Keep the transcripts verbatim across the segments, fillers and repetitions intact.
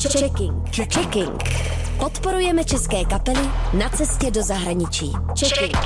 Checking. Checking. Podporujeme české kapely na cestě do zahraničí. Checking.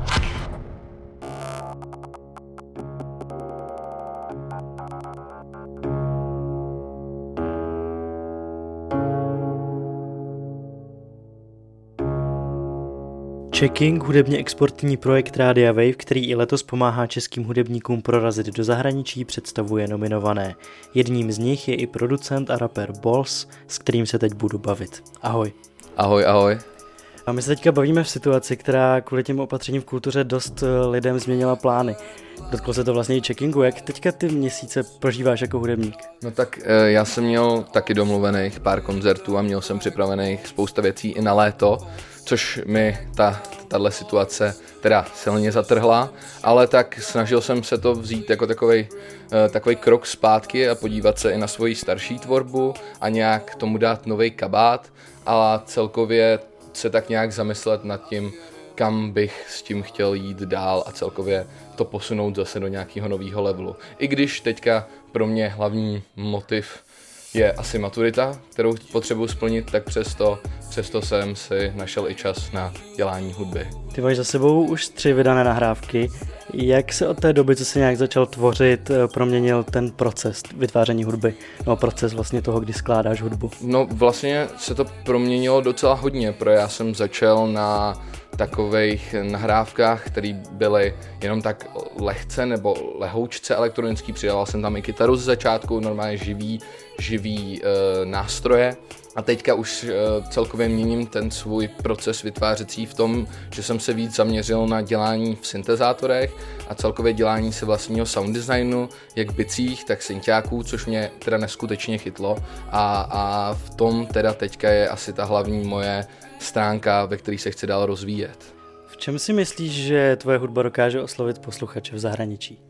Checking, hudebně exportní projekt Rádia Wave, který i letos pomáhá českým hudebníkům prorazit do zahraničí, představuje nominované. Jedním z nich je i producent a rapper Balls, s kterým se teď budu bavit. Ahoj. Ahoj, ahoj. A my se teďka bavíme v situaci, která kvůli těm opatřením v kultuře dost lidem změnila plány. Dotklo se to vlastně i checkingu. Jak teďka ty měsíce prožíváš jako hudebník? No tak já jsem měl taky domluvených pár koncertů a měl jsem připravených spousta věcí i na léto, což mi ta, tahle situace teda silně zatrhla, ale tak snažil jsem se to vzít jako takovej, takovej krok zpátky a podívat se i na svoji starší tvorbu a nějak tomu dát novej kabát a celkově se tak nějak zamyslet nad tím, kam bych s tím chtěl jít dál a celkově to posunout zase do nějakého nového levelu. I když teďka pro mě hlavní motiv je asi maturita, kterou potřebuji splnit, tak přesto, přesto jsem si našel i čas na dělání hudby. Ty máš za sebou už tři vydané nahrávky. Jak se od té doby, co jsi nějak začal tvořit, proměnil ten proces vytváření hudby? No proces vlastně toho, kdy skládáš hudbu? No vlastně se to proměnilo docela hodně, protože já jsem začal na takových nahrávkách, které byly jenom tak lehce nebo lehoučce elektronický. Přidával jsem tam i kytaru z začátku, normálně živý, živý e, nástroje. A teďka už e, celkově měním ten svůj proces vytvářecí v tom, že jsem se víc zaměřil na dělání v syntezátorech a celkově dělání se vlastního sound designu, jak bicích, tak synťáků, což mě teda neskutečně chytlo. A, a v tom teda teďka je asi ta hlavní moje stránka, ve které se chci dál rozvíjet. V čem si myslíš, že tvoje hudba dokáže oslovit posluchače v zahraničí?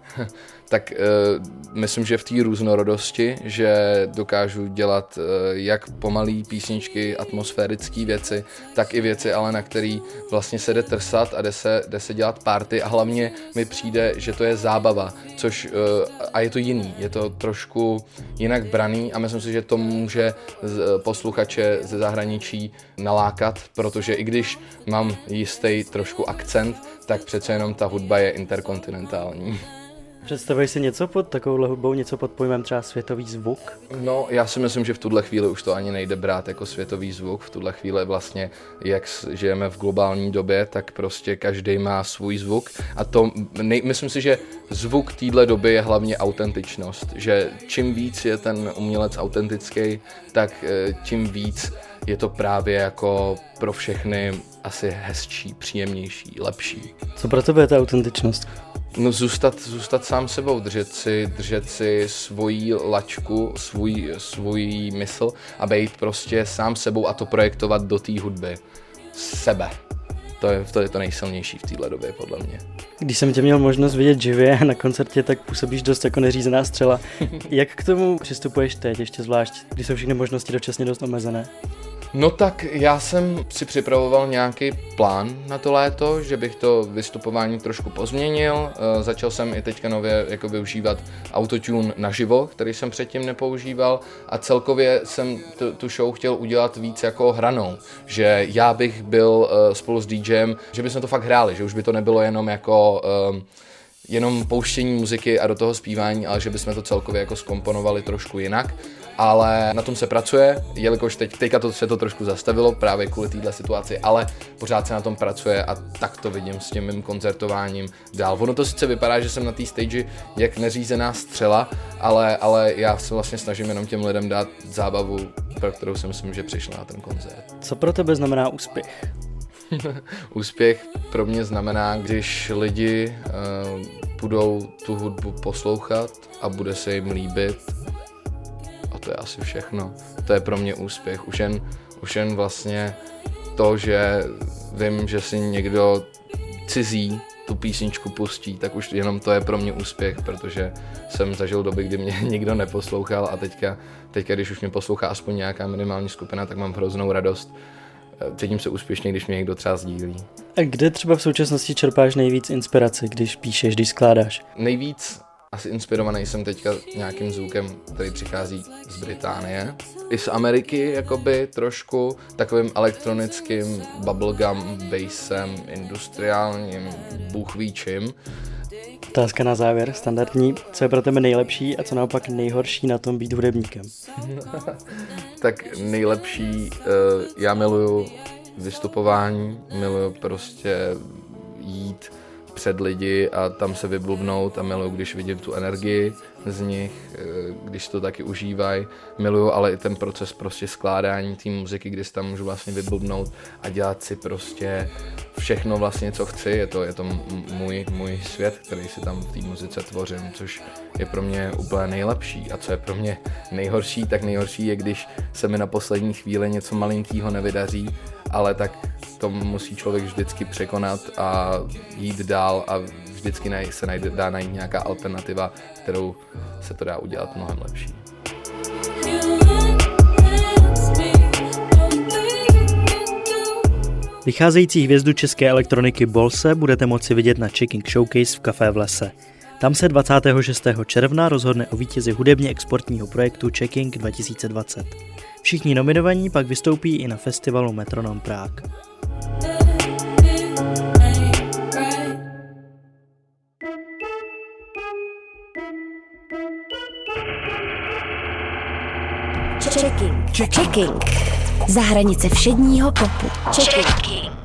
Tak e, myslím, že v té různorodosti, že dokážu dělat e, jak pomalý písničky, atmosférické věci, tak i věci, ale na který vlastně se jde trsat a jde se, jde se dělat party a hlavně mi přijde, že to je zábava, což e, a je to jiný, je to trošku jinak braný a myslím si, že to může z, posluchače ze zahraničí nalákat, protože i když mám jistý trošku akcent, tak přece jenom ta hudba je interkontinentální. Představuješ si něco pod takovouhle hudbou, něco pod pojmem třeba světový zvuk? No, já si myslím, že v tuhle chvíli už to ani nejde brát jako světový zvuk. V tuhle chvíli vlastně, jak žijeme v globální době, tak prostě každý má svůj zvuk. A to, nej, myslím si, že zvuk téhle doby je hlavně autentičnost. Že čím víc je ten umělec autentický, tak tím víc je to právě jako pro všechny asi hezčí, příjemnější, lepší. Co pro tebe je ta autentičnost? No zůstat, zůstat sám sebou, držet si, držet si svoji lačku, svůj, svůj mysl a být prostě sám sebou a to projektovat do té hudby. Sebe. To je, to je to nejsilnější v téhle době, podle mě. Když jsem tě měl možnost vidět živě na koncertě, tak působíš dost jako neřízená střela. Jak k tomu přistupuješ teď, ještě zvlášť, když jsou všechny možnosti dočasně dost omezené? No tak já jsem si připravoval nějaký plán na to léto, že bych to vystupování trošku pozměnil. E, začal jsem i teďka nově jako využívat autotune naživo, který jsem předtím nepoužíval a celkově jsem t- tu show chtěl udělat víc jako hranou, že já bych byl e, spolu s DJem, že bychom to fakt hráli, že už by to nebylo jenom jako e, jenom pouštění muziky a do toho zpívání, ale že bychom to celkově jako zkomponovali trošku jinak. Ale na tom se pracuje, jelikož teď, teďka to se to trošku zastavilo právě kvůli téhle situaci, ale pořád se na tom pracuje a tak to vidím s tím mým koncertováním dál. Ono to sice vypadá, že jsem na té stage jak neřízená střela, ale, ale já se vlastně snažím jenom těm lidem dát zábavu, pro kterou si myslím, že přišla na ten koncert. Co pro tebe znamená úspěch? Úspěch pro mě znamená, když lidi uh, budou tu hudbu poslouchat a bude se jim líbit. A to je asi všechno. To je pro mě úspěch. Už jen, už jen vlastně to, že vím, že si někdo cizí tu písničku pustí, tak už jenom to je pro mě úspěch, protože jsem zažil doby, kdy mě nikdo neposlouchal a teďka, teďka když už mě poslouchá aspoň nějaká minimální skupina, tak mám hroznou radost. Cítím se úspěšně, když mě někdo třeba sdílí. A kde třeba v současnosti čerpáš nejvíc inspirace, když píšeš, když skládáš? Nejvíc asi inspirovaný jsem teďka nějakým zvukem, který přichází z Británie. I z Ameriky, jakoby trošku takovým elektronickým bubblegum bassem, industriálním, bůh ví čím. Otázka na závěr, standardní. Co je pro tebe nejlepší a co naopak nejhorší na tom být hudebníkem? Tak nejlepší, já miluju vystupování, miluju prostě jít před lidi a tam se vyblbnout a miluju, když vidím tu energii z nich, když to taky užívají. Miluju ale i ten proces prostě skládání té muziky, kdy si tam můžu vlastně vyblbnout a dělat si prostě všechno vlastně, co chci. Je to, je to můj, můj svět, který si tam v té muzice tvořím, což je pro mě úplně nejlepší. A co je pro mě nejhorší, tak nejhorší je, když se mi na poslední chvíli něco malinkýho nevydaří, ale tak to musí člověk vždycky překonat a jít dál a vždycky se najde, dá najít nějaká alternativa, kterou se to dá udělat mnohem lepší. Vycházející hvězdu české elektroniky Bolse budete moci vidět na Checking Showcase v Café v lese. Tam se dvacátého šestého června rozhodne o vítězi hudebně exportního projektu Checking dva tisíce dvacet. Všichni nominovaní pak vystoupí i na festivalu Metronom Prague. Checking. Checking. Za hranice všedního popu. Checking.